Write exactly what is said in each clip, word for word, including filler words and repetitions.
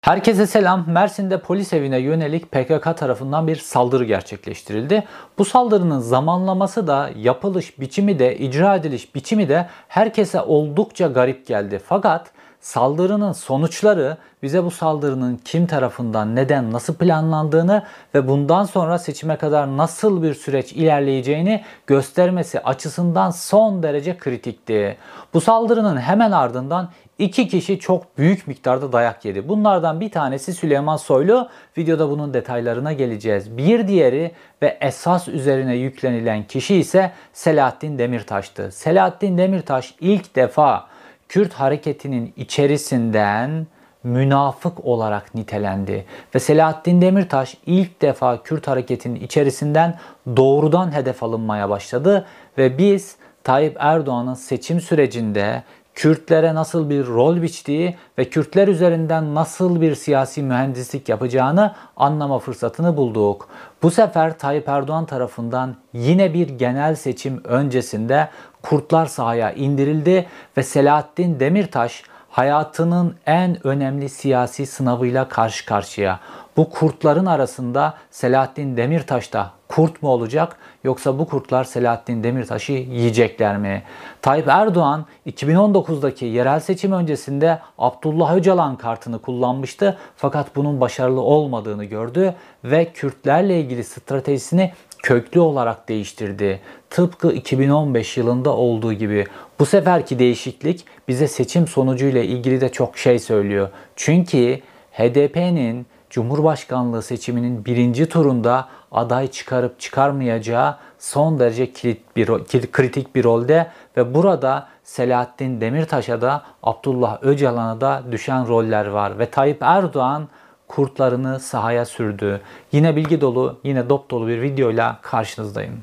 Herkese selam. Mersin'de polis evine yönelik P K K tarafından bir saldırı gerçekleştirildi. Bu saldırının zamanlaması da, yapılış biçimi de, icra ediliş biçimi de herkese oldukça garip geldi. Fakat saldırının sonuçları bize bu saldırının kim tarafından, neden, nasıl planlandığını ve bundan sonra seçime kadar nasıl bir süreç ilerleyeceğini göstermesi açısından son derece kritikti. Bu saldırının hemen ardından İki kişi çok büyük miktarda dayak yedi. Bunlardan bir tanesi Süleyman Soylu. Videoda bunun detaylarına geleceğiz. Bir diğeri ve esas üzerine yüklenilen kişi ise Selahattin Demirtaş'tı. Selahattin Demirtaş ilk defa Kürt hareketinin içerisinden münafık olarak nitelendi. Ve Selahattin Demirtaş ilk defa Kürt hareketinin içerisinden doğrudan hedef alınmaya başladı. Ve biz Tayyip Erdoğan'ın seçim sürecinde Kürtlere nasıl bir rol biçtiği ve Kürtler üzerinden nasıl bir siyasi mühendislik yapacağını anlama fırsatını bulduk. Bu sefer Tayyip Erdoğan tarafından yine bir genel seçim öncesinde Kurtlar sahaya indirildi ve Selahattin Demirtaş hayatının en önemli siyasi sınavıyla karşı karşıya. Bu kurtların arasında Selahattin Demirtaş da kurt mu olacak, yoksa bu kurtlar Selahattin Demirtaş'ı yiyecekler mi? Tayyip Erdoğan iki bin on dokuzdaki yerel seçim öncesinde Abdullah Öcalan kartını kullanmıştı. Fakat bunun başarılı olmadığını gördü ve Kürtlerle ilgili stratejisini köklü olarak değiştirdi. Tıpkı iki bin on beş yılında olduğu gibi. Bu seferki değişiklik bize seçim sonucuyla ilgili de çok şey söylüyor. Çünkü H D P'nin Cumhurbaşkanlığı seçiminin birinci turunda aday çıkarıp çıkarmayacağı son derece kilit bir, kritik bir rolde ve burada Selahattin Demirtaş'a da Abdullah Öcalan'a da düşen roller var ve Tayyip Erdoğan kurtlarını sahaya sürdü. Yine bilgi dolu, yine dop dolu bir videoyla karşınızdayım.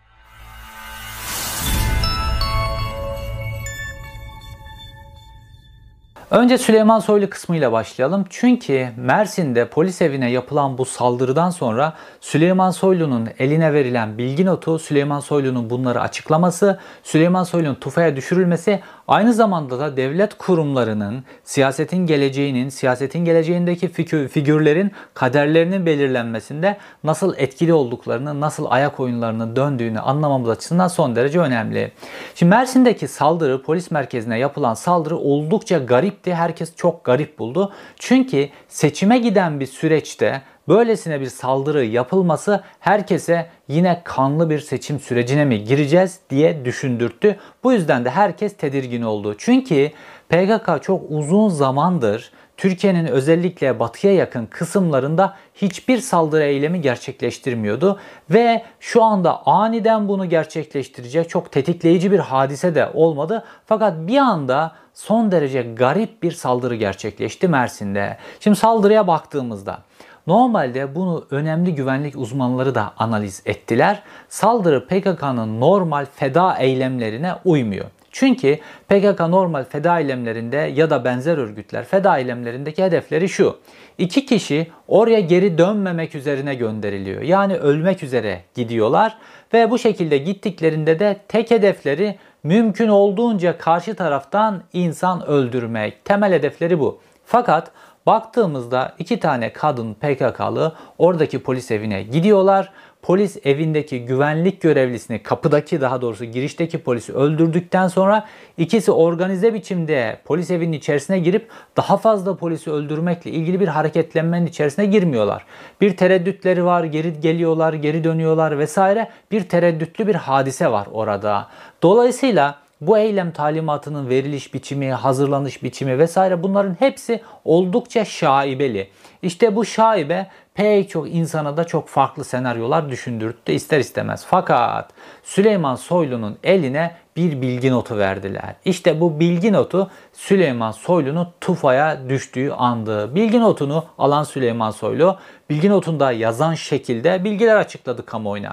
Önce Süleyman Soylu kısmıyla başlayalım. Çünkü Mersin'de polis evine yapılan bu saldırıdan sonra Süleyman Soylu'nun eline verilen bilgi notu, Süleyman Soylu'nun bunları açıklaması, Süleyman Soylu'nun tufaya düşürülmesi, aynı zamanda da devlet kurumlarının, siyasetin geleceğinin, siyasetin geleceğindeki figürlerin kaderlerinin belirlenmesinde nasıl etkili olduklarını, nasıl ayak oyunlarının döndüğünü anlamamız açısından son derece önemli. Şimdi Mersin'deki saldırı, polis merkezine yapılan saldırı oldukça garip. Herkes çok garip buldu. Çünkü seçime giden bir süreçte böylesine bir saldırı yapılması herkese yine kanlı bir seçim sürecine mi gireceğiz diye düşündürttü. Bu yüzden de herkes tedirgin oldu. Çünkü P K K çok uzun zamandır Türkiye'nin özellikle batıya yakın kısımlarında hiçbir saldırı eylemi gerçekleştirmiyordu. Ve şu anda aniden bunu gerçekleştirecek çok tetikleyici bir hadise de olmadı. Fakat bir anda son derece garip bir saldırı gerçekleşti Mersin'de. Şimdi saldırıya baktığımızda normalde bunu önemli güvenlik uzmanları da analiz ettiler. Saldırı P K K'nın normal feda eylemlerine uymuyor. Çünkü P K K normal feda eylemlerinde ya da benzer örgütler feda eylemlerindeki hedefleri şu. İki kişi oraya geri dönmemek üzerine gönderiliyor. Yani ölmek üzere gidiyorlar ve bu şekilde gittiklerinde de tek hedefleri mümkün olduğunca karşı taraftan insan öldürmek. Temel hedefleri bu. Fakat baktığımızda iki tane kadın P K K'lı oradaki polis evine gidiyorlar. Polis evindeki güvenlik görevlisini, kapıdaki daha doğrusu girişteki polisi öldürdükten sonra ikisi organize biçimde polis evinin içerisine girip daha fazla polisi öldürmekle ilgili bir hareketlenmenin içerisine girmiyorlar. Bir tereddütleri var, geri geliyorlar, geri dönüyorlar vesaire. Bir tereddütlü bir hadise var orada. Dolayısıyla bu eylem talimatının veriliş biçimi, hazırlanış biçimi vesaire bunların hepsi oldukça şaibeli. İşte bu şaibe pek çok insana da çok farklı senaryolar düşündürttü ister istemez. Fakat Süleyman Soylu'nun eline bir bilgi notu verdiler. İşte bu bilgi notu Süleyman Soylu'nun tufaya düştüğü andı. Bilgi notunu alan Süleyman Soylu, bilgi notunda yazan şekilde bilgiler açıkladı kamuoyuna.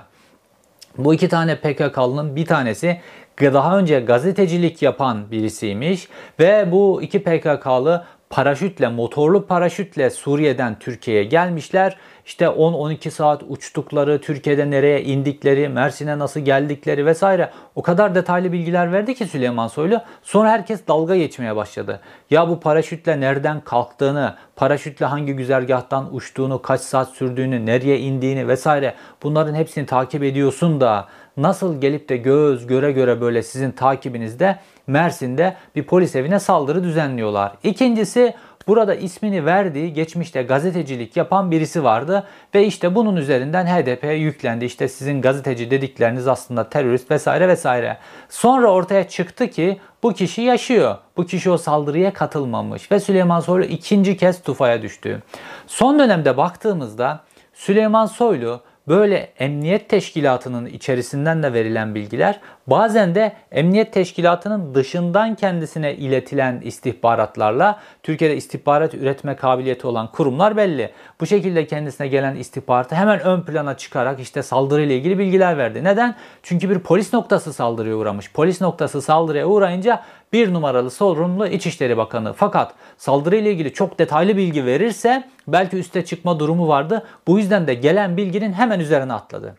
Bu iki tane P K K'lının bir tanesi daha önce gazetecilik yapan birisiymiş ve bu iki P K K'lı paraşütle, motorlu paraşütle Suriye'den Türkiye'ye gelmişler. İşte on on iki saat uçtukları, Türkiye'de nereye indikleri, Mersin'e nasıl geldikleri vesaire o kadar detaylı bilgiler verdi ki Süleyman Soylu. Sonra herkes dalga geçmeye başladı. Ya bu paraşütle nereden kalktığını, paraşütle hangi güzergahtan uçtuğunu, kaç saat sürdüğünü, nereye indiğini vesaire bunların hepsini takip ediyorsun da nasıl gelip de göz göre göre böyle sizin takibinizde Mersin'de bir polis evine saldırı düzenliyorlar. İkincisi, burada ismini verdiği geçmişte gazetecilik yapan birisi vardı ve işte bunun üzerinden H D P'ye yüklendi. İşte sizin gazeteci dedikleriniz aslında terörist vesaire vesaire. Sonra ortaya çıktı ki bu kişi yaşıyor. Bu kişi o saldırıya katılmamış ve Süleyman Soylu ikinci kez tufaya düştü. Son dönemde baktığımızda Süleyman Soylu böyle emniyet teşkilatının içerisinden de verilen bilgiler, bazen de emniyet teşkilatının dışından kendisine iletilen istihbaratlarla, Türkiye'de istihbarat üretme kabiliyeti olan kurumlar belli. Bu şekilde kendisine gelen istihbaratı hemen ön plana çıkarak işte saldırıyla ilgili bilgiler verdi. Neden? Çünkü bir polis noktası saldırıya uğramış. Polis noktası saldırıya uğrayınca bir numaralı sorumlu İçişleri Bakanı. Fakat saldırıyla ilgili çok detaylı bilgi verirse belki üste çıkma durumu vardı. Bu yüzden de gelen bilginin hemen üzerine atladı.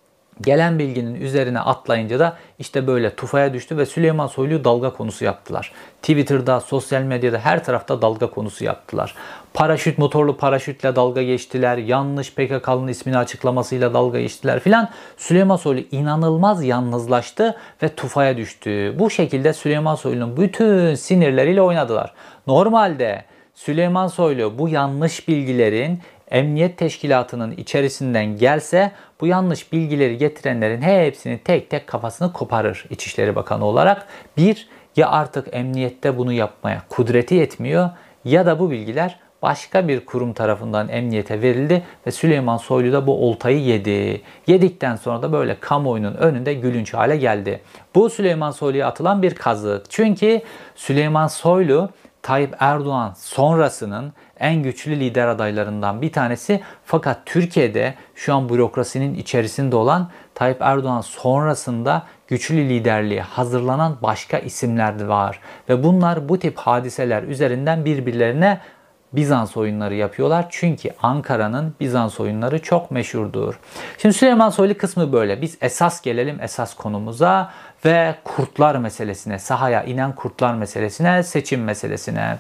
Gelen bilginin üzerine atlayınca da işte böyle tufaya düştü ve Süleyman Soylu'yu dalga konusu yaptılar. Twitter'da, sosyal medyada her tarafta dalga konusu yaptılar. Paraşüt, motorlu paraşütle dalga geçtiler. Yanlış P K K'nın ismini açıklamasıyla dalga geçtiler filan. Süleyman Soylu inanılmaz yalnızlaştı ve tufaya düştü. Bu şekilde Süleyman Soylu'nun bütün sinirleriyle oynadılar. Normalde Süleyman Soylu bu yanlış bilgilerin emniyet teşkilatının içerisinden gelse bu yanlış bilgileri getirenlerin hepsini tek tek kafasını koparır İçişleri Bakanı olarak. Bir, ya artık emniyette bunu yapmaya kudreti yetmiyor ya da bu bilgiler başka bir kurum tarafından emniyete verildi ve Süleyman Soylu da bu oltayı yedi. Yedikten sonra da böyle kamuoyunun önünde gülünç hale geldi. Bu Süleyman Soylu'ya atılan bir kazık. Çünkü Süleyman Soylu Tayyip Erdoğan sonrasının en güçlü lider adaylarından bir tanesi. Fakat Türkiye'de şu an bürokrasinin içerisinde olan Tayyip Erdoğan sonrasında güçlü liderliğe hazırlanan başka isimler de var. Ve bunlar bu tip hadiseler üzerinden birbirlerine Bizans oyunları yapıyorlar. Çünkü Ankara'nın Bizans oyunları çok meşhurdur. Şimdi Süleyman Soylu kısmı böyle. Biz esas gelelim esas konumuza ve kurtlar meselesine, sahaya inen kurtlar meselesine, seçim meselesine.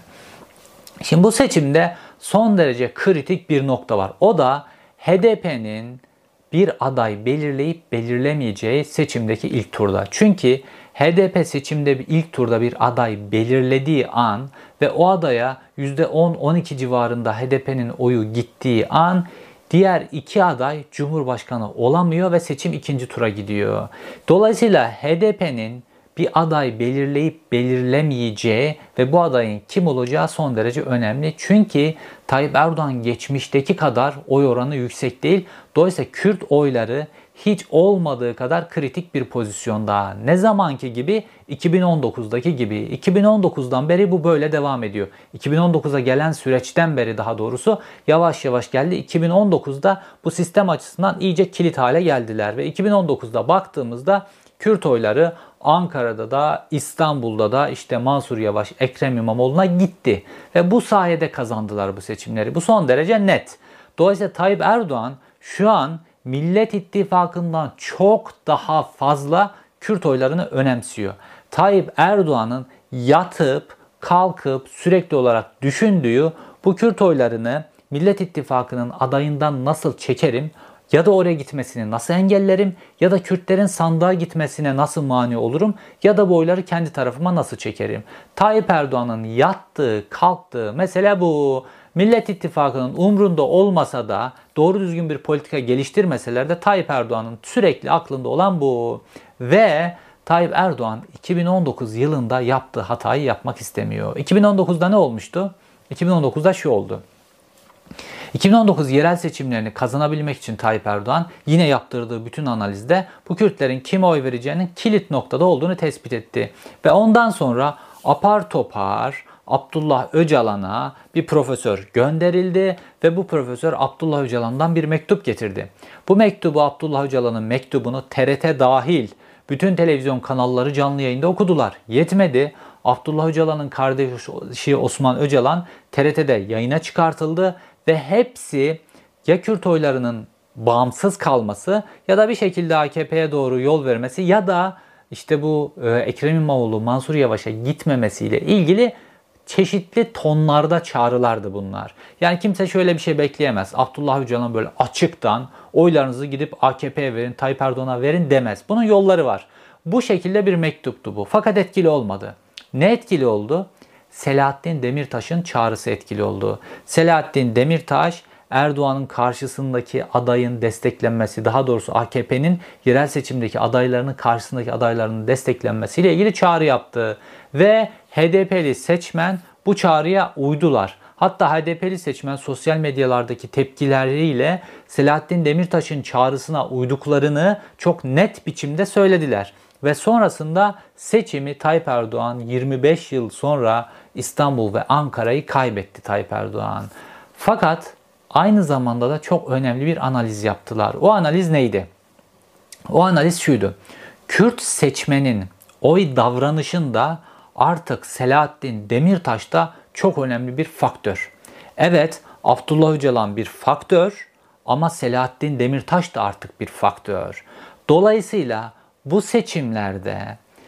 Şimdi bu seçimde son derece kritik bir nokta var. O da H D P'nin bir aday belirleyip belirlemeyeceği seçimdeki ilk turda. Çünkü H D P seçimde bir ilk turda bir aday belirlediği an ve o adaya yüzde on on iki civarında H D P'nin oyu gittiği an diğer iki aday Cumhurbaşkanı olamıyor ve seçim ikinci tura gidiyor. Dolayısıyla H D P'nin bir aday belirleyip belirlemeyeceği ve bu adayın kim olacağı son derece önemli. Çünkü Tayyip Erdoğan geçmişteki kadar oy oranı yüksek değil. Dolayısıyla Kürt oyları hiç olmadığı kadar kritik bir pozisyonda. Ne zamanki gibi? iki bin on dokuzdaki gibi. iki bin on dokuzdan beri bu böyle devam ediyor. iki bin on dokuza gelen süreçten beri daha doğrusu yavaş yavaş geldi. iki bin on dokuzda bu sistem açısından iyice kilit hale geldiler. Ve iki bin on dokuzda baktığımızda Kürt oyları Ankara'da da İstanbul'da da işte Mansur Yavaş, Ekrem İmamoğlu'na gitti. Ve bu sayede kazandılar bu seçimleri. Bu son derece net. Dolayısıyla Tayyip Erdoğan şu an Millet İttifakı'ndan çok daha fazla Kürt oylarını önemsiyor. Tayyip Erdoğan'ın yatıp kalkıp sürekli olarak düşündüğü bu Kürt oylarını Millet İttifakı'nın adayından nasıl çekerim ya da oraya gitmesini nasıl engellerim ya da Kürtlerin sandığa gitmesine nasıl mani olurum ya da bu oyları kendi tarafıma nasıl çekerim. Tayyip Erdoğan'ın yattığı kalktığı mesele bu. Millet İttifakı'nın umrunda olmasa da doğru düzgün bir politika geliştirmeseler de Tayyip Erdoğan'ın sürekli aklında olan bu. Ve Tayyip Erdoğan iki bin on dokuz yılında yaptığı hatayı yapmak istemiyor. iki bin on dokuzda ne olmuştu? iki bin on dokuzda şu oldu. iki bin on dokuz yerel seçimlerini kazanabilmek için Tayyip Erdoğan yine yaptırdığı bütün analizde bu Kürtlerin kime oy vereceğinin kilit noktada olduğunu tespit etti. Ve ondan sonra apar topar Abdullah Öcalan'a bir profesör gönderildi ve bu profesör Abdullah Öcalan'dan bir mektup getirdi. Bu mektubu Abdullah Öcalan'ın mektubunu T R T dahil bütün televizyon kanalları canlı yayında okudular. Yetmedi. Abdullah Öcalan'ın kardeşi Osman Öcalan T R T'de yayına çıkartıldı ve hepsi ya Kürt oylarının bağımsız kalması ya da bir şekilde A K P'ye doğru yol vermesi ya da işte bu Ekrem İmamoğlu, Mansur Yavaş'a gitmemesiyle ilgili çeşitli tonlarda çağrılardı bunlar. Yani kimse şöyle bir şey bekleyemez. Abdullah Öcalan böyle açıktan oylarınızı gidip A K P'ye verin, Tayyip Erdoğan'a verin demez. Bunun yolları var. Bu şekilde bir mektuptu bu. Fakat etkili olmadı. Ne etkili oldu? Selahattin Demirtaş'ın çağrısı etkili oldu. Selahattin Demirtaş, Erdoğan'ın karşısındaki adayın desteklenmesi, daha doğrusu A K P'nin yerel seçimdeki adaylarının karşısındaki adaylarının desteklenmesiyle ilgili çağrı yaptı. Ve H D P'li seçmen bu çağrıya uydular. Hatta H D P'li seçmen sosyal medyalardaki tepkileriyle Selahattin Demirtaş'ın çağrısına uyduklarını çok net biçimde söylediler. Ve sonrasında seçimi Tayyip Erdoğan yirmi beş yıl sonra İstanbul ve Ankara'yı kaybetti Tayyip Erdoğan. Fakat aynı zamanda da çok önemli bir analiz yaptılar. O analiz neydi? O analiz şuydu. Kürt seçmenin oy davranışında artık Selahattin Demirtaş da çok önemli bir faktör. Evet, Abdullah Öcalan bir faktör ama Selahattin Demirtaş da artık bir faktör. Dolayısıyla bu seçimlerde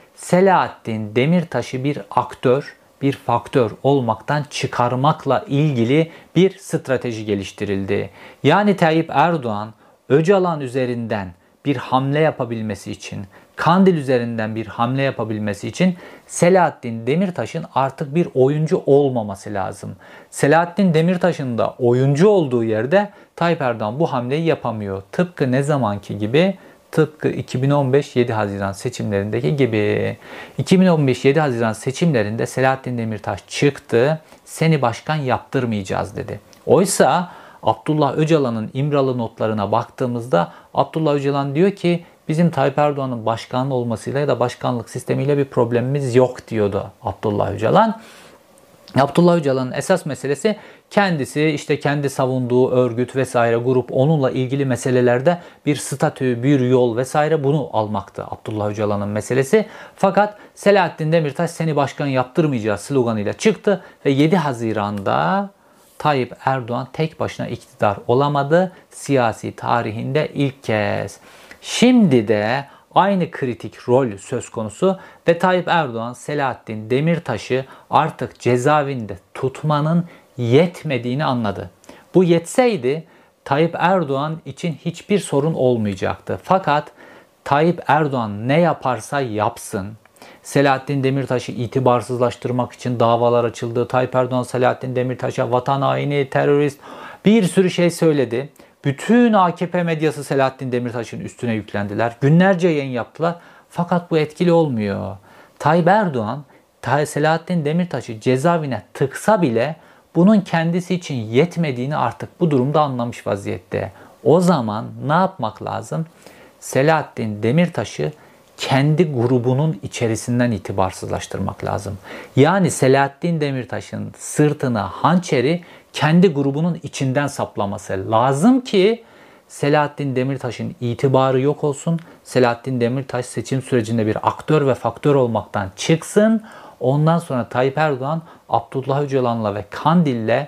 Selahattin Demirtaş'ı bir aktör, bir faktör olmaktan çıkarmakla ilgili bir strateji geliştirildi. Yani Tayyip Erdoğan Öcalan üzerinden bir hamle yapabilmesi için, Kandil üzerinden bir hamle yapabilmesi için Selahattin Demirtaş'ın artık bir oyuncu olmaması lazım. Selahattin Demirtaş'ın da oyuncu olduğu yerde Tayyip Erdoğan bu hamleyi yapamıyor. Tıpkı ne zamanki gibi? Tıpkı iki bin on beş yedi Haziran seçimlerindeki gibi. iki bin on beş yedi Haziran seçimlerinde Selahattin Demirtaş çıktı, seni başkan yaptırmayacağız dedi. Oysa Abdullah Öcalan'ın İmralı notlarına baktığımızda Abdullah Öcalan diyor ki bizim Tayyip Erdoğan'ın başkan olmasıyla ya da başkanlık sistemiyle bir problemimiz yok diyordu Abdullah Öcalan. Abdullah Öcalan'ın esas meselesi kendisi, işte kendi savunduğu örgüt vesaire grup, onunla ilgili meselelerde bir statü, bir yol vesaire bunu almaktı Abdullah Öcalan'ın meselesi. Fakat Selahattin Demirtaş seni başkan yaptırmayacağız sloganıyla çıktı ve yedi Haziran'da Tayyip Erdoğan tek başına iktidar olamadı. Siyasi tarihinde ilk kez. Şimdi de aynı kritik rol söz konusu ve Tayyip Erdoğan Selahattin Demirtaş'ı artık cezaevinde tutmanın yetmediğini anladı. Bu yetseydi Tayyip Erdoğan için hiçbir sorun olmayacaktı. Fakat Tayyip Erdoğan ne yaparsa yapsın, Selahattin Demirtaş'ı itibarsızlaştırmak için davalar açıldı. Tayyip Erdoğan Selahattin Demirtaş'a vatan haini, terörist bir sürü şey söyledi. Bütün A K P medyası Selahattin Demirtaş'ın üstüne yüklendiler. Günlerce yayın yaptılar. Fakat bu etkili olmuyor. Tayyip Erdoğan Selahattin Demirtaş'ı cezaevine tıksa bile bunun kendisi için yetmediğini artık bu durumda anlamış vaziyette. O zaman ne yapmak lazım? Selahattin Demirtaş'ı kendi grubunun içerisinden itibarsızlaştırmak lazım. Yani Selahattin Demirtaş'ın sırtına hançeri kendi grubunun içinden saplaması lazım ki Selahattin Demirtaş'ın itibarı yok olsun. Selahattin Demirtaş seçim sürecinde bir aktör ve faktör olmaktan çıksın. Ondan sonra Tayyip Erdoğan Abdullah Öcalan'la ve Kandil'le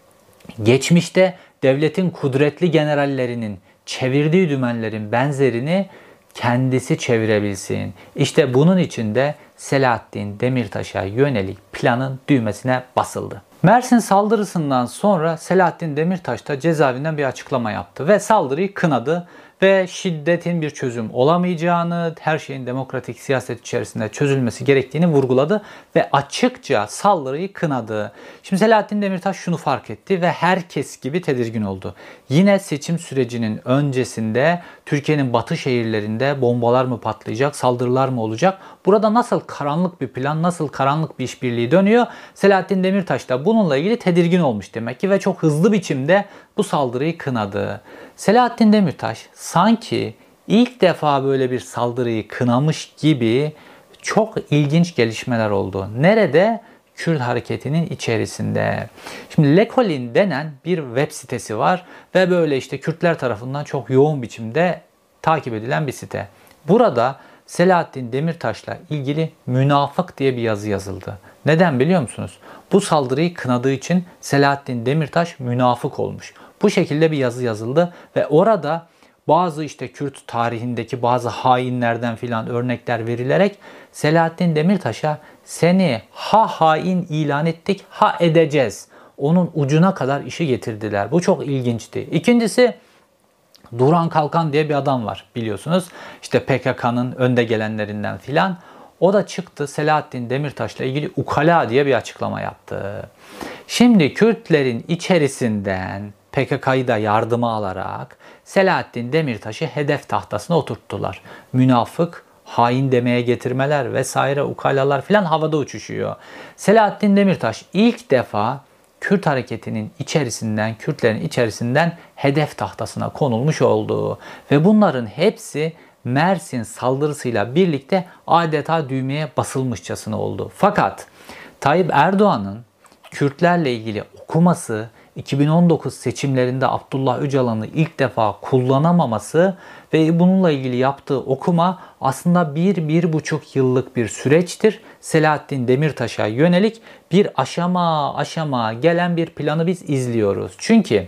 geçmişte devletin kudretli generallerinin çevirdiği dümenlerin benzerini kendisi çevirebilsin. İşte bunun için de Selahattin Demirtaş'a yönelik planın düğmesine basıldı. Mersin saldırısından sonra Selahattin Demirtaş da cezaevinden bir açıklama yaptı ve saldırıyı kınadı ve şiddetin bir çözüm olamayacağını, her şeyin demokratik siyaset içerisinde çözülmesi gerektiğini vurguladı ve açıkça saldırıyı kınadı. Şimdi Selahattin Demirtaş şunu fark etti ve herkes gibi tedirgin oldu. Yine seçim sürecinin öncesinde Türkiye'nin batı şehirlerinde bombalar mı patlayacak, saldırılar mı olacak? Burada nasıl karanlık bir plan, nasıl karanlık bir işbirliği dönüyor? Selahattin Demirtaş da bununla ilgili tedirgin olmuş demek ki ve çok hızlı biçimde bu saldırıyı kınadı. Selahattin Demirtaş sanki ilk defa böyle bir saldırıyı kınamış gibi çok ilginç gelişmeler oldu. Nerede? Kürt hareketinin içerisinde. Şimdi Lekolin denen bir web sitesi var ve böyle işte Kürtler tarafından çok yoğun biçimde takip edilen bir site. Burada Selahattin Demirtaş'la ilgili münafık diye bir yazı yazıldı. Neden biliyor musunuz? Bu saldırıyı kınadığı için Selahattin Demirtaş münafık olmuş. Bu şekilde bir yazı yazıldı ve orada bazı işte Kürt tarihindeki bazı hainlerden filan örnekler verilerek Selahattin Demirtaş'a seni ha hain ilan ettik, ha edeceğiz. Onun ucuna kadar işi getirdiler. Bu çok ilginçti. İkincisi, Duran Kalkan diye bir adam var biliyorsunuz. İşte P K K'nın önde gelenlerinden filan. O da çıktı Selahattin Demirtaş'la ilgili ukala diye bir açıklama yaptı. Şimdi Kürtlerin içerisinden P K K'yı da yardıma alarak Selahattin Demirtaş'ı hedef tahtasına oturttular. Münafık, hain demeye getirmeler vesaire ukalalar filan havada uçuşuyor. Selahattin Demirtaş ilk defa Kürt hareketinin içerisinden, Kürtlerin içerisinden hedef tahtasına konulmuş oldu. Ve bunların hepsi Mersin saldırısıyla birlikte adeta düğmeye basılmışçasına oldu. Fakat Tayyip Erdoğan'ın Kürtlerle ilgili okuması, iki bin on dokuz seçimlerinde Abdullah Öcalan'ı ilk defa kullanamaması ve bununla ilgili yaptığı okuma aslında bir, bir buçuk yıllık bir süreçtir. Selahattin Demirtaş'a yönelik bir aşama aşama gelen bir planı biz izliyoruz. Çünkü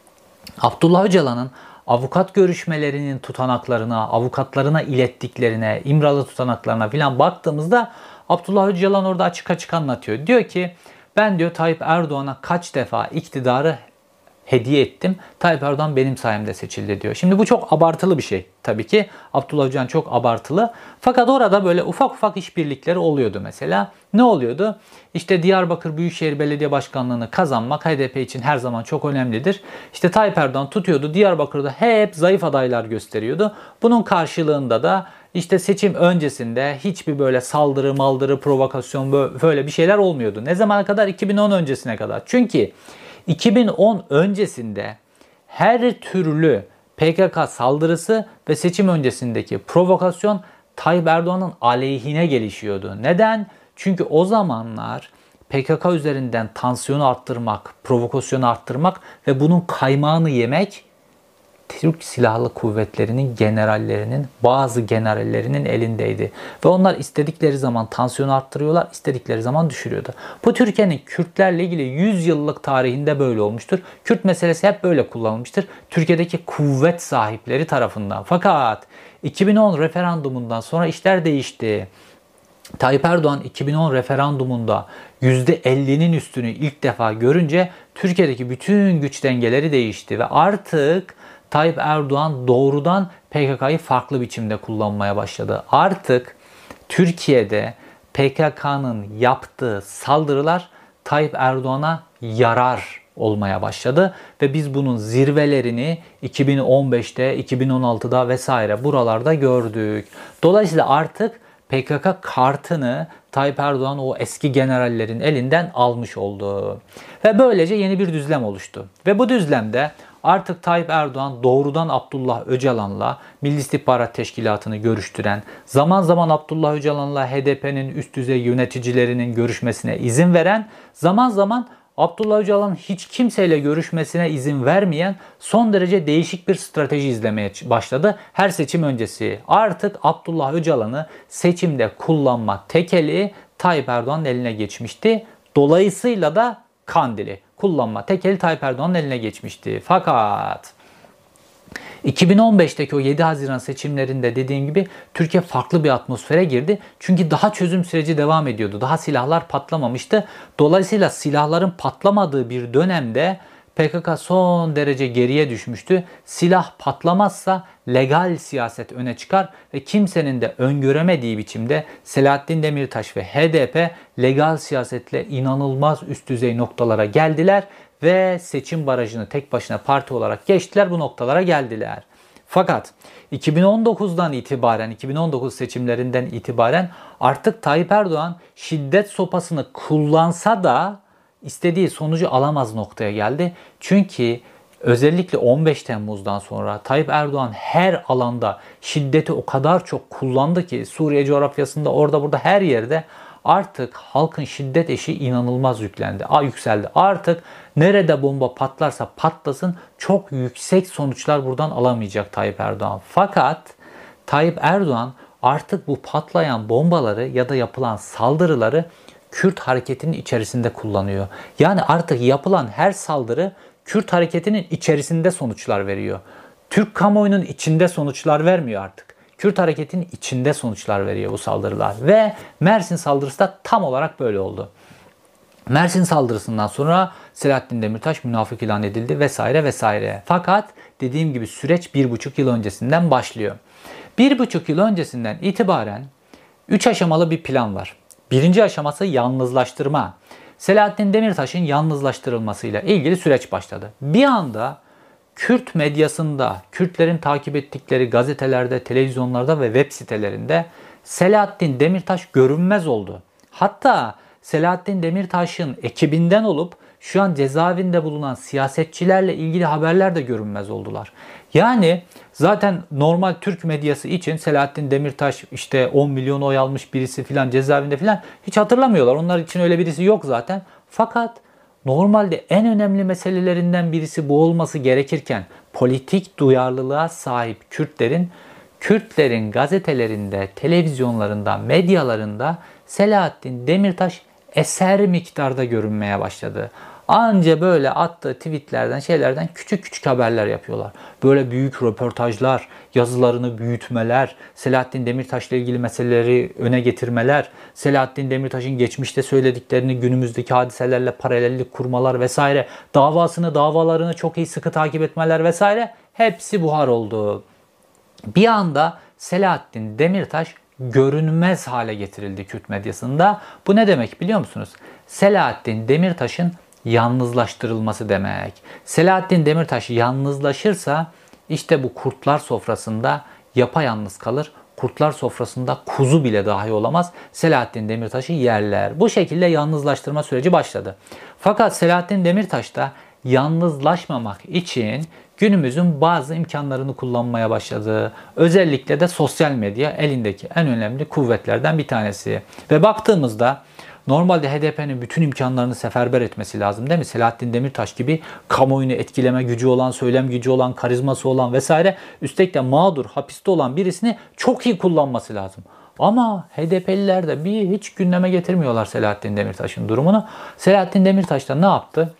Abdullah Öcalan'ın avukat görüşmelerinin tutanaklarına, avukatlarına ilettiklerine, İmralı tutanaklarına filan baktığımızda Abdullah Öcalan orada açık açık anlatıyor. Diyor ki ben diyor Tayyip Erdoğan'a kaç defa iktidarı hediye ettim. Tayyip Erdoğan benim sayemde seçildi diyor. Şimdi bu çok abartılı bir şey tabii ki. Abdullah Öcalan çok abartılı. Fakat orada böyle ufak ufak işbirlikleri oluyordu mesela. Ne oluyordu? İşte Diyarbakır Büyükşehir Belediye Başkanlığı'nı kazanmak H D P için her zaman çok önemlidir. İşte Tayyip Erdoğan tutuyordu. Diyarbakır'da hep zayıf adaylar gösteriyordu. Bunun karşılığında da İşte seçim öncesinde hiçbir böyle saldırı, maldırı, provokasyon böyle bir şeyler olmuyordu. Ne zamana kadar? iki bin on öncesine kadar. Çünkü iki bin on öncesinde her türlü P K K saldırısı ve seçim öncesindeki provokasyon Tayyip Erdoğan'ın aleyhine gelişiyordu. Neden? Çünkü o zamanlar P K K üzerinden tansiyonu arttırmak, provokasyonu arttırmak ve bunun kaymağını yemek Türk Silahlı Kuvvetleri'nin generallerinin, bazı generallerinin elindeydi. Ve onlar istedikleri zaman tansiyonu arttırıyorlar, istedikleri zaman düşürüyordu. Bu Türkiye'nin Kürtlerle ilgili yüz yıllık tarihinde böyle olmuştur. Kürt meselesi hep böyle kullanılmıştır. Türkiye'deki kuvvet sahipleri tarafından. Fakat iki bin on referandumundan sonra işler değişti. Tayyip Erdoğan iki bin on referandumunda yüzde ellinin üstünü ilk defa görünce Türkiye'deki bütün güç dengeleri değişti ve artık Tayyip Erdoğan doğrudan P K K'yı farklı biçimde kullanmaya başladı. Artık Türkiye'de P K K'nın yaptığı saldırılar Tayyip Erdoğan'a yarar olmaya başladı ve biz bunun zirvelerini iki bin on beşte, iki bin on altıda vesaire buralarda gördük. Dolayısıyla artık P K K kartını Tayyip Erdoğan o eski generallerin elinden almış oldu. Ve böylece yeni bir düzlem oluştu. Ve bu düzlemde artık Tayyip Erdoğan doğrudan Abdullah Öcalan'la Milli İstihbarat Teşkilatı'nı görüştüren, zaman zaman Abdullah Öcalan'la H D P'nin üst düzey yöneticilerinin görüşmesine izin veren, zaman zaman Abdullah Öcalan'ın hiç kimseyle görüşmesine izin vermeyen son derece değişik bir strateji izlemeye başladı. Her seçim öncesi artık Abdullah Öcalan'ı seçimde kullanma tekeli Tayyip Erdoğan'ın eline geçmişti. Dolayısıyla da Kandil'i kullanma tekeli Tayyip Erdoğan'ın eline geçmişti. Fakat iki bin on beşteki o yedi Haziran seçimlerinde dediğim gibi Türkiye farklı bir atmosfere girdi. Çünkü daha çözüm süreci devam ediyordu. Daha silahlar patlamamıştı. Dolayısıyla silahların patlamadığı bir dönemde P K K son derece geriye düşmüştü. Silah patlamazsa legal siyaset öne çıkar ve kimsenin de öngöremediği biçimde Selahattin Demirtaş ve H D P legal siyasetle inanılmaz üst düzey noktalara geldiler ve seçim barajını tek başına parti olarak geçtiler, bu noktalara geldiler. Fakat iki bin on dokuzdan itibaren, iki bin on dokuz seçimlerinden itibaren artık Tayyip Erdoğan şiddet sopasını kullansa da istediği sonucu alamaz noktaya geldi. Çünkü özellikle on beş Temmuz'dan sonra Tayyip Erdoğan her alanda şiddeti o kadar çok kullandı ki Suriye coğrafyasında orada burada her yerde artık halkın şiddet eşiği inanılmaz yüklendi, yükseldi. Artık nerede bomba patlarsa patlasın çok yüksek sonuçlar buradan alamayacak Tayyip Erdoğan. Fakat Tayyip Erdoğan artık bu patlayan bombaları ya da yapılan saldırıları Kürt hareketinin içerisinde kullanıyor. Yani artık yapılan her saldırı Kürt hareketinin içerisinde sonuçlar veriyor. Türk kamuoyunun içinde sonuçlar vermiyor artık. Kürt hareketinin içinde sonuçlar veriyor bu saldırılar. Ve Mersin saldırısı da tam olarak böyle oldu. Mersin saldırısından sonra Selahattin Demirtaş münafık ilan edildi vesaire vesaire. Fakat dediğim gibi süreç bir buçuk yıl öncesinden başlıyor. Bir buçuk yıl öncesinden itibaren üç aşamalı bir plan var. Birinci aşaması yalnızlaştırma. Selahattin Demirtaş'ın yalnızlaştırılmasıyla ilgili süreç başladı. Bir anda Kürt medyasında, Kürtlerin takip ettikleri gazetelerde, televizyonlarda ve web sitelerinde Selahattin Demirtaş görünmez oldu. Hatta Selahattin Demirtaş'ın ekibinden olup şu an cezaevinde bulunan siyasetçilerle ilgili haberler de görünmez oldular. Yani zaten normal Türk medyası için Selahattin Demirtaş işte on milyon oy almış birisi filan cezaevinde filan hiç hatırlamıyorlar. Onlar için öyle birisi yok zaten. Fakat normalde en önemli meselelerinden birisi bu olması gerekirken politik duyarlılığa sahip Kürtlerin Kürtlerin gazetelerinde, televizyonlarında, medyalarında Selahattin Demirtaş eser miktarda görünmeye başladı. Anca böyle attığı tweetlerden, şeylerden küçük küçük haberler yapıyorlar. Böyle büyük röportajlar, yazılarını büyütmeler, Selahattin Demirtaş'la ilgili meseleleri öne getirmeler, Selahattin Demirtaş'ın geçmişte söylediklerini günümüzdeki hadiselerle paralellik kurmalar vesaire, davasını, davalarını çok iyi sıkı takip etmeler vesaire hepsi buhar oldu. Bir anda Selahattin Demirtaş görünmez hale getirildi Kürt medyasında. Bu ne demek biliyor musunuz? Selahattin Demirtaş'ın yalnızlaştırılması demek. Selahattin Demirtaş yalnızlaşırsa işte bu kurtlar sofrasında yapayalnız kalır. Kurtlar sofrasında kuzu bile dahi olamaz. Selahattin Demirtaş'ı yerler. Bu şekilde yalnızlaştırma süreci başladı. Fakat Selahattin Demirtaş da yalnızlaşmamak için günümüzün bazı imkanlarını kullanmaya başladı. Özellikle de sosyal medya elindeki en önemli kuvvetlerden bir tanesi. Ve baktığımızda normalde H D P'nin bütün imkanlarını seferber etmesi lazım değil mi? Selahattin Demirtaş gibi kamuoyunu etkileme gücü olan, söylem gücü olan, karizması olan vesaire, üstelik de mağdur, hapiste olan birisini çok iyi kullanması lazım. Ama H D P'liler de bir hiç gündeme getirmiyorlar Selahattin Demirtaş'ın durumunu. Selahattin Demirtaş da ne yaptı?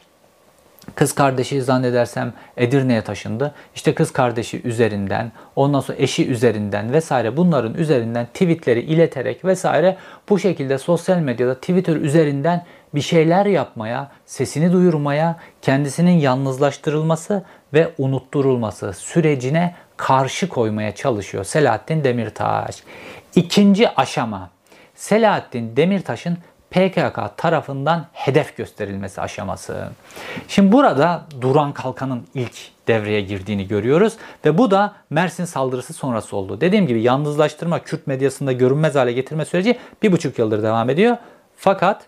Kız kardeşi zannedersem Edirne'ye taşındı. İşte kız kardeşi üzerinden, ondan sonra eşi üzerinden vesaire bunların üzerinden tweetleri ileterek vesaire bu şekilde sosyal medyada Twitter üzerinden bir şeyler yapmaya, sesini duyurmaya, kendisinin yalnızlaştırılması ve unutturulması sürecine karşı koymaya çalışıyor Selahattin Demirtaş. İkinci aşama, Selahattin Demirtaş'ın P K K tarafından hedef gösterilmesi aşaması. Şimdi burada Duran Kalkan'ın ilk devreye girdiğini görüyoruz ve bu da Mersin saldırısı sonrası oldu. Dediğim gibi yalnızlaştırma, Kürt medyasında görünmez hale getirme süreci bir buçuk yıldır devam ediyor. Fakat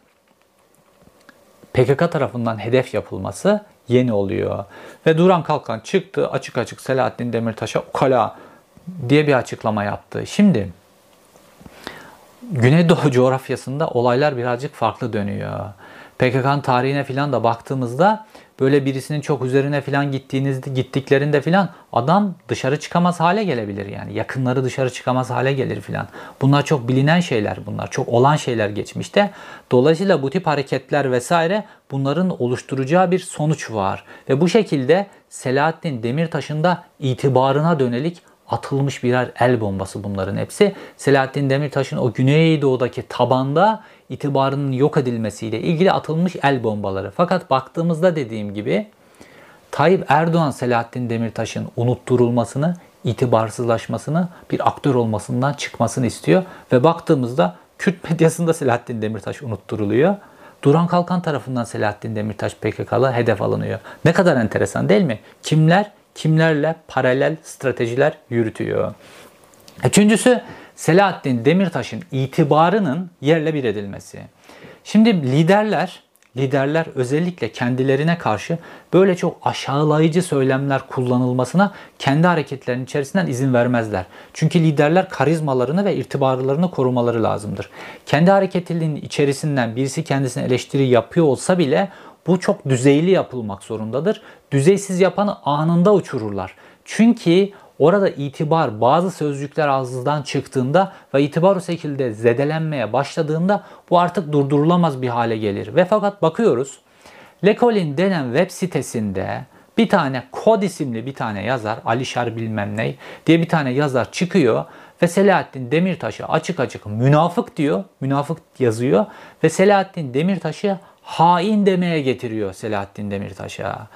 P K K tarafından hedef yapılması yeni oluyor. Ve Duran Kalkan çıktı açık açık Selahattin Demirtaş'a ukala diye bir açıklama yaptı. Şimdi Güneydoğu coğrafyasında olaylar birazcık farklı dönüyor. P K K'nın tarihine filan da baktığımızda böyle birisinin çok üzerine filan gittiğinizde gittiklerinde filan adam dışarı çıkamaz hale gelebilir yani. Yakınları dışarı çıkamaz hale gelir filan. Bunlar çok bilinen şeyler bunlar. Çok olan şeyler geçmişte. Dolayısıyla bu tip hareketler vesaire bunların oluşturacağı bir sonuç var. Ve bu şekilde Selahattin Demirtaş'ın da itibarına dönelik atılmış birer el bombası bunların hepsi. Selahattin Demirtaş'ın o Güneydoğu'daki tabanda itibarının yok edilmesiyle ilgili atılmış el bombaları. Fakat baktığımızda dediğim gibi Tayyip Erdoğan Selahattin Demirtaş'ın unutturulmasını, itibarsızlaşmasını, bir aktör olmasından çıkmasını istiyor. Ve baktığımızda Kürt medyasında Selahattin Demirtaş unutturuluyor. Duran Kalkan tarafından Selahattin Demirtaş P K K'lı hedef alınıyor. Ne kadar enteresan değil mi? Kimler kimlerle paralel stratejiler yürütüyor? Üçüncüsü Selahattin Demirtaş'ın itibarının yerle bir edilmesi. Şimdi liderler, liderler özellikle kendilerine karşı böyle çok aşağılayıcı söylemler kullanılmasına kendi hareketlerinin içerisinden izin vermezler. Çünkü liderler karizmalarını ve irtibarlarını korumaları lazımdır. Kendi hareketinin içerisinden birisi kendisine eleştiri yapıyor olsa bile bu çok düzeyli yapılmak zorundadır. Düzeysiz yapanı anında uçururlar. Çünkü orada itibar, bazı sözcükler ağzından çıktığında ve itibar o şekilde zedelenmeye başladığında bu artık durdurulamaz bir hale gelir. Ve fakat bakıyoruz, Lekolin denen web sitesinde bir tane Kod isimli bir tane yazar, Alişar bilmem ne diye bir tane yazar çıkıyor ve Selahattin Demirtaş'ı açık açık münafık diyor, münafık yazıyor ve Selahattin Demirtaş'ı hain demeye getiriyor Selahattin Demirtaş'a.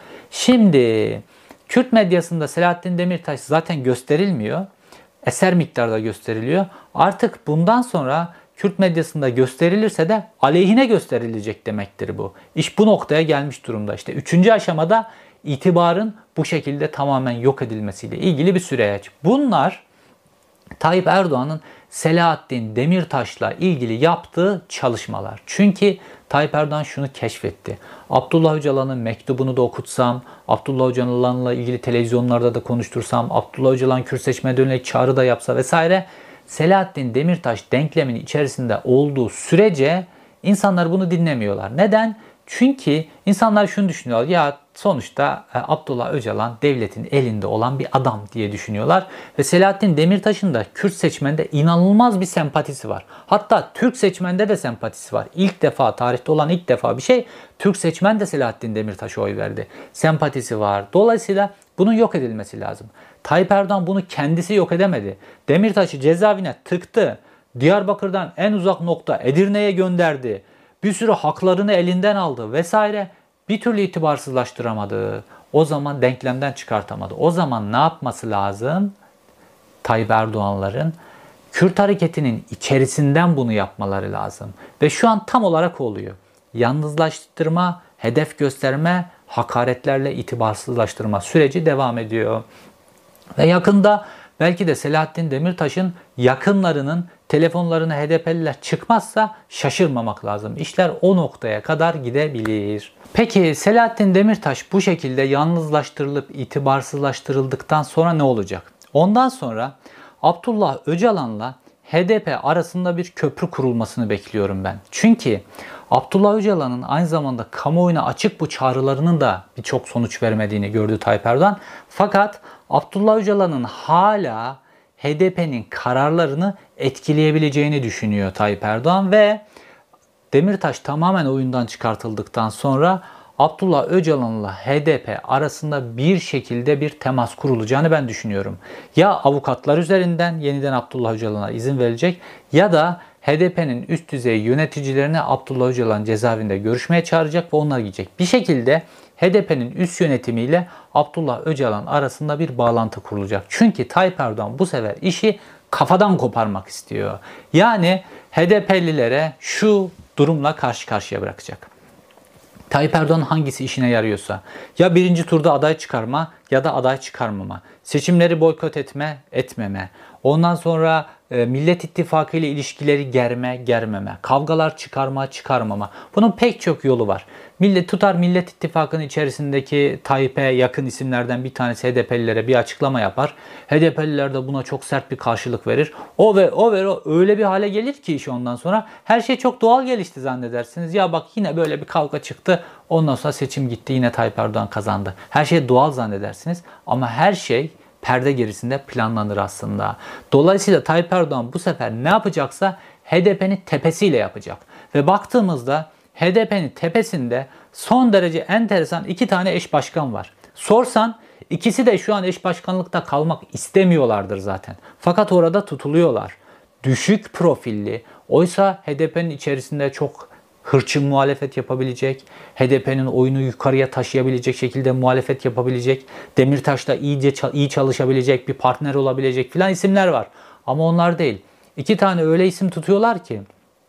Şimdi Kürt medyasında Selahattin Demirtaş zaten gösterilmiyor, eser miktarda gösteriliyor. Artık bundan sonra Kürt medyasında gösterilirse de aleyhine gösterilecek demektir bu. İş bu noktaya gelmiş durumda. İşte üçüncü aşamada itibarın bu şekilde tamamen yok edilmesiyle ilgili bir süreç. Bunlar Tayyip Erdoğan'ın Selahattin Demirtaş'la ilgili yaptığı çalışmalar. Çünkü Tayyip Erdoğan şunu keşfetti. Abdullah Öcalan'ın mektubunu da okutsam, Abdullah Öcalan'la ilgili televizyonlarda da konuştursam, Abdullah Öcalan Kürt seçmene dönelik çağrı da yapsa vesaire, Selahattin Demirtaş denkleminin içerisinde olduğu sürece insanlar bunu dinlemiyorlar. Neden? Çünkü insanlar şunu düşünüyorlar. Ya sonuçta Abdullah Öcalan devletin elinde olan bir adam diye düşünüyorlar. Ve Selahattin Demirtaş'ın da Kürt seçmende inanılmaz bir sempatisi var. Hatta Türk seçmende de sempatisi var. İlk defa, tarihte olan ilk defa bir şey, Türk seçmen de Selahattin Demirtaş'a oy verdi. Sempatisi var. Dolayısıyla bunun yok edilmesi lazım. Tayyip Erdoğan bunu kendisi yok edemedi. Demirtaş'ı cezaevine tıktı. Diyarbakır'dan en uzak nokta Edirne'ye gönderdi. Bir sürü haklarını elinden aldı vesaire. Bir türlü itibarsızlaştıramadı. O zaman denklemden çıkartamadı. O zaman ne yapması lazım? Tayyip Erdoğanların Kürt hareketinin içerisinden bunu yapmaları lazım. Ve şu an tam olarak oluyor. Yalnızlaştırma, hedef gösterme, hakaretlerle itibarsızlaştırma süreci devam ediyor. Ve yakında belki de Selahattin Demirtaş'ın yakınlarının telefonlarına H D P'liler çıkmazsa şaşırmamak lazım. İşler o noktaya kadar gidebilir. Peki Selahattin Demirtaş bu şekilde yalnızlaştırılıp itibarsızlaştırıldıktan sonra ne olacak? Ondan sonra Abdullah Öcalan'la H D P arasında bir köprü kurulmasını bekliyorum ben. Çünkü Abdullah Öcalan'ın aynı zamanda kamuoyuna açık bu çağrılarının da birçok sonuç vermediğini gördü Tayyip Erdoğan. Fakat Abdullah Öcalan'ın hala H D P'nin kararlarını etkileyebileceğini düşünüyor Tayyip Erdoğan ve Demirtaş tamamen oyundan çıkartıldıktan sonra Abdullah Öcalan'la H D P arasında bir şekilde bir temas kurulacağını ben düşünüyorum. Ya avukatlar üzerinden yeniden Abdullah Öcalan'a izin verilecek ya da H D P'nin üst düzey yöneticilerini Abdullah Öcalan cezaevinde görüşmeye çağıracak ve onlar gidecek. Bir şekilde H D P'nin üst yönetimiyle Abdullah Öcalan arasında bir bağlantı kurulacak. Çünkü Tayyip Erdoğan bu sefer işi kafadan koparmak istiyor. Yani H D P'lilere şu durumla karşı karşıya bırakacak. Tayyip Erdoğan hangisi işine yarıyorsa, ya birinci turda aday çıkarma ya da aday çıkarmama, seçimleri boykot etme, etmeme, ondan sonra e, Millet İttifakı ile ilişkileri germe, germeme, kavgalar çıkarma, çıkarmama. Bunun pek çok yolu var. Millet tutar Millet İttifakı'nın içerisindeki Tayyip'e yakın isimlerden bir tanesi H D P'lilere bir açıklama yapar. H D P'liler de buna çok sert bir karşılık verir. O ve o ve o öyle bir hale gelir ki iş ondan sonra her şey çok doğal gelişti zannedersiniz. Ya bak yine böyle bir kavga çıktı. Ondan sonra seçim gitti, yine Tayyip Erdoğan kazandı. Her şey doğal zannedersiniz ama her şey perde gerisinde planlanır aslında. Dolayısıyla Tayyip Erdoğan bu sefer ne yapacaksa H D P'nin tepesiyle yapacak. Ve baktığımızda H D P'nin tepesinde son derece enteresan iki tane eş başkan var. Sorsan ikisi de şu an eş başkanlıkta kalmak istemiyorlardır zaten. Fakat orada tutuluyorlar. Düşük profilli, oysa H D P'nin içerisinde çok hırçın muhalefet yapabilecek, H D P'nin oyunu yukarıya taşıyabilecek şekilde muhalefet yapabilecek, Demirtaş'la iyice iyi çalışabilecek, bir partner olabilecek filan isimler var. Ama onlar değil. İki tane öyle isim tutuyorlar ki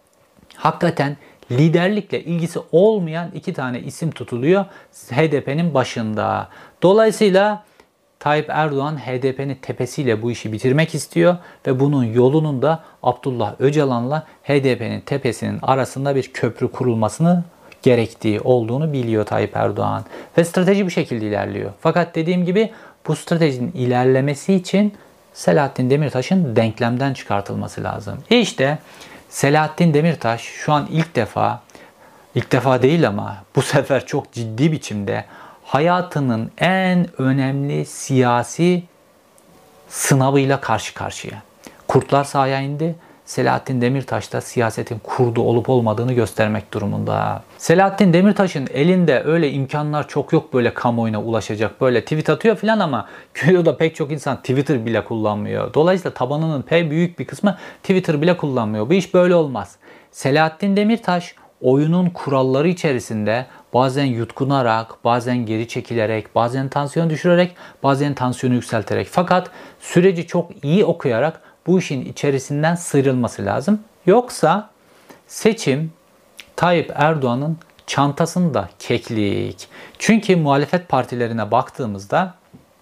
hakikaten liderlikle ilgisi olmayan iki tane isim tutuluyor H D P'nin başında. Dolayısıyla Tayyip Erdoğan H D P'nin tepesiyle bu işi bitirmek istiyor ve bunun yolunun da Abdullah Öcalan'la H D P'nin tepesinin arasında bir köprü kurulmasını gerektiği olduğunu biliyor Tayyip Erdoğan. Ve strateji bu şekilde ilerliyor. Fakat dediğim gibi bu stratejinin ilerlemesi için Selahattin Demirtaş'ın denklemden çıkartılması lazım. E işte Selahattin Demirtaş şu an ilk defa, ilk defa değil ama bu sefer çok ciddi biçimde hayatının en önemli siyasi sınavıyla karşı karşıya. Kurtlar sahaya indi. Selahattin Demirtaş da siyasetin kurdu olup olmadığını göstermek durumunda. Selahattin Demirtaş'ın elinde öyle imkanlar çok yok böyle kamuoyuna ulaşacak. Böyle tweet atıyor filan ama köyde pek çok insan Twitter bile kullanmıyor. Dolayısıyla tabanının pek büyük bir kısmı Twitter bile kullanmıyor. Bu iş böyle olmaz. Selahattin Demirtaş oyunun kuralları içerisinde bazen yutkunarak, bazen geri çekilerek, bazen tansiyon düşürerek, bazen tansiyonu yükselterek. Fakat süreci çok iyi okuyarak bu işin içerisinden sıyrılması lazım. Yoksa seçim Tayyip Erdoğan'ın çantasında keklik. Çünkü muhalefet partilerine baktığımızda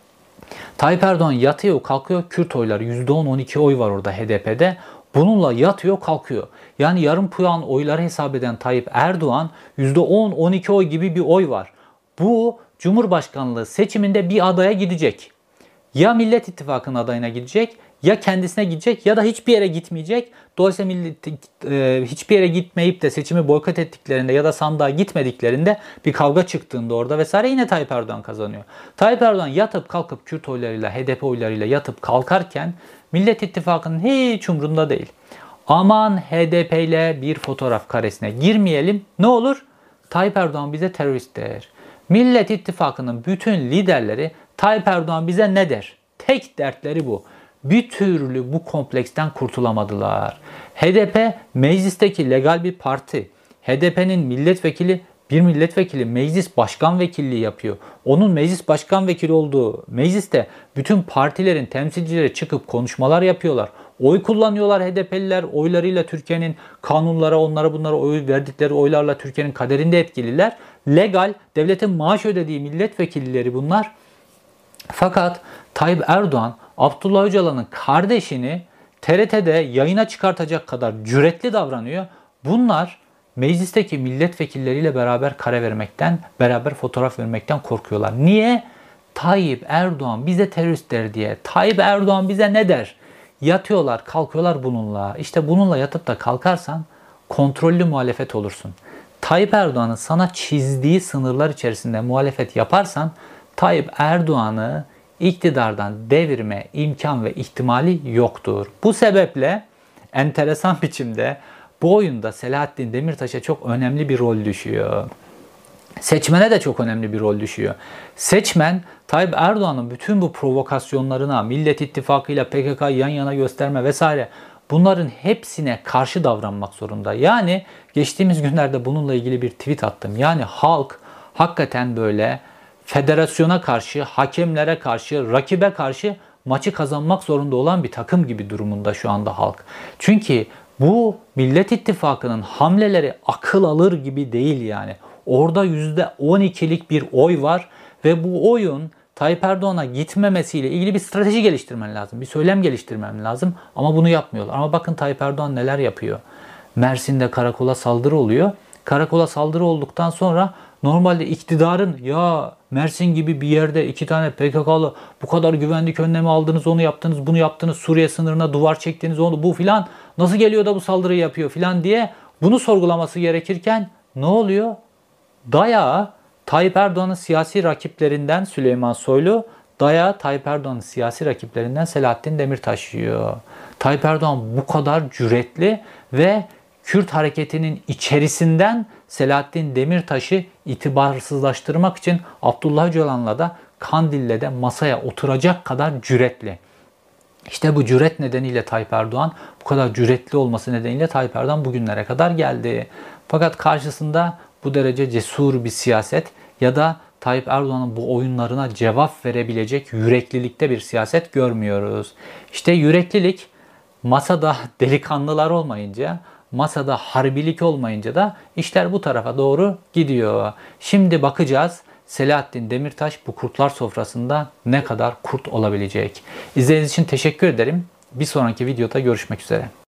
Tayyip Erdoğan yatıyor kalkıyor, Kürt oyları yüzde on on iki oy var orada H D P'de. Bununla yatıyor kalkıyor. Yani yarım puan oyları hesap eden Tayyip Erdoğan yüzde on on iki oy gibi bir oy var. Bu Cumhurbaşkanlığı seçiminde bir adaya gidecek. Ya Millet İttifakı'nın adayına gidecek, ya kendisine gidecek ya da hiçbir yere gitmeyecek. Dolayısıyla millet, e, hiçbir yere gitmeyip de seçimi boykot ettiklerinde ya da sandığa gitmediklerinde bir kavga çıktığında orada vesaire yine Tayyip Erdoğan kazanıyor. Tayyip Erdoğan yatıp kalkıp Kürt oylarıyla, H D P oylarıyla yatıp kalkarken Millet İttifakı'nın hiç umrunda değil. Aman H D P ile bir fotoğraf karesine girmeyelim. Ne olur? Tayyip Erdoğan bize terörist der. Millet İttifakı'nın bütün liderleri Tayyip Erdoğan bize ne der? Tek dertleri bu. Bir türlü bu kompleksten kurtulamadılar. H D P meclisteki legal bir parti. H D P'nin milletvekili bir milletvekili meclis başkan vekilliği yapıyor. Onun meclis başkan vekili olduğu mecliste bütün partilerin temsilcileri çıkıp konuşmalar yapıyorlar. Oy kullanıyorlar H D P'liler. Oylarıyla Türkiye'nin kanunlara, onlara bunlara oy verdikleri oylarla Türkiye'nin kaderinde etkililer. Legal, devletin maaş ödediği milletvekilleri bunlar. Fakat Tayyip Erdoğan, Abdullah Öcalan'ın kardeşini T R T'de yayına çıkartacak kadar cüretli davranıyor. Bunlar meclisteki milletvekilleriyle beraber kare vermekten, beraber fotoğraf vermekten korkuyorlar. Niye? Tayyip Erdoğan bize terörist der diye. Tayyip Erdoğan bize ne der? Yatıyorlar, kalkıyorlar bununla. İşte bununla yatıp da kalkarsan kontrollü muhalefet olursun. Tayyip Erdoğan'ın sana çizdiği sınırlar içerisinde muhalefet yaparsan Tayyip Erdoğan'ı iktidardan devirme imkan ve ihtimali yoktur. Bu sebeple enteresan biçimde bu oyunda Selahattin Demirtaş'a çok önemli bir rol düşüyor. Seçmene de çok önemli bir rol düşüyor. Seçmen Tayyip Erdoğan'ın bütün bu provokasyonlarına, Millet İttifakı ile P K K'yı yan yana gösterme vesaire bunların hepsine karşı davranmak zorunda. Yani geçtiğimiz günlerde bununla ilgili bir tweet attım. Yani halk hakikaten böyle federasyona karşı, hakemlere karşı, rakibe karşı maçı kazanmak zorunda olan bir takım gibi durumunda şu anda halk. Çünkü bu Millet İttifakı'nın hamleleri akıl alır gibi değil yani. Orada yüzde on ikilik bir oy var ve bu oyun Tayyip Erdoğan'a gitmemesiyle ilgili bir strateji geliştirmen lazım. Bir söylem geliştirmen lazım ama bunu yapmıyorlar. Ama bakın Tayyip Erdoğan neler yapıyor. Mersin'de karakola saldırı oluyor. Karakola saldırı olduktan sonra normalde iktidarın ya Mersin gibi bir yerde iki tane P K K'lı bu kadar güvenlik önlemi aldınız, onu yaptınız, bunu yaptınız, Suriye sınırına duvar çektiniz, onu bu filan nasıl geliyor da bu saldırıyı yapıyor filan diye bunu sorgulaması gerekirken ne oluyor? Dayağı Tayyip Erdoğan'ın siyasi rakiplerinden Süleyman Soylu, dayağı Tayyip Erdoğan'ın siyasi rakiplerinden Selahattin Demirtaş yiyor. Tayyip Erdoğan bu kadar cüretli ve Kürt hareketinin içerisinden Selahattin Demirtaş'ı itibarsızlaştırmak için Abdullah Öcalan'la da Kandil'le de masaya oturacak kadar cüretli. İşte bu cüret nedeniyle Tayyip Erdoğan, bu kadar cüretli olması nedeniyle Tayyip Erdoğan bugünlere kadar geldi. Fakat karşısında bu derece cesur bir siyaset ya da Tayyip Erdoğan'ın bu oyunlarına cevap verebilecek yüreklilikte bir siyaset görmüyoruz. İşte yüreklilik masada delikanlılar olmayınca, masada harbilik olmayınca da işler bu tarafa doğru gidiyor. Şimdi bakacağız Selahattin Demirtaş bu kurtlar sofrasında ne kadar kurt olabilecek. İzlediğiniz için teşekkür ederim. Bir sonraki videoda görüşmek üzere.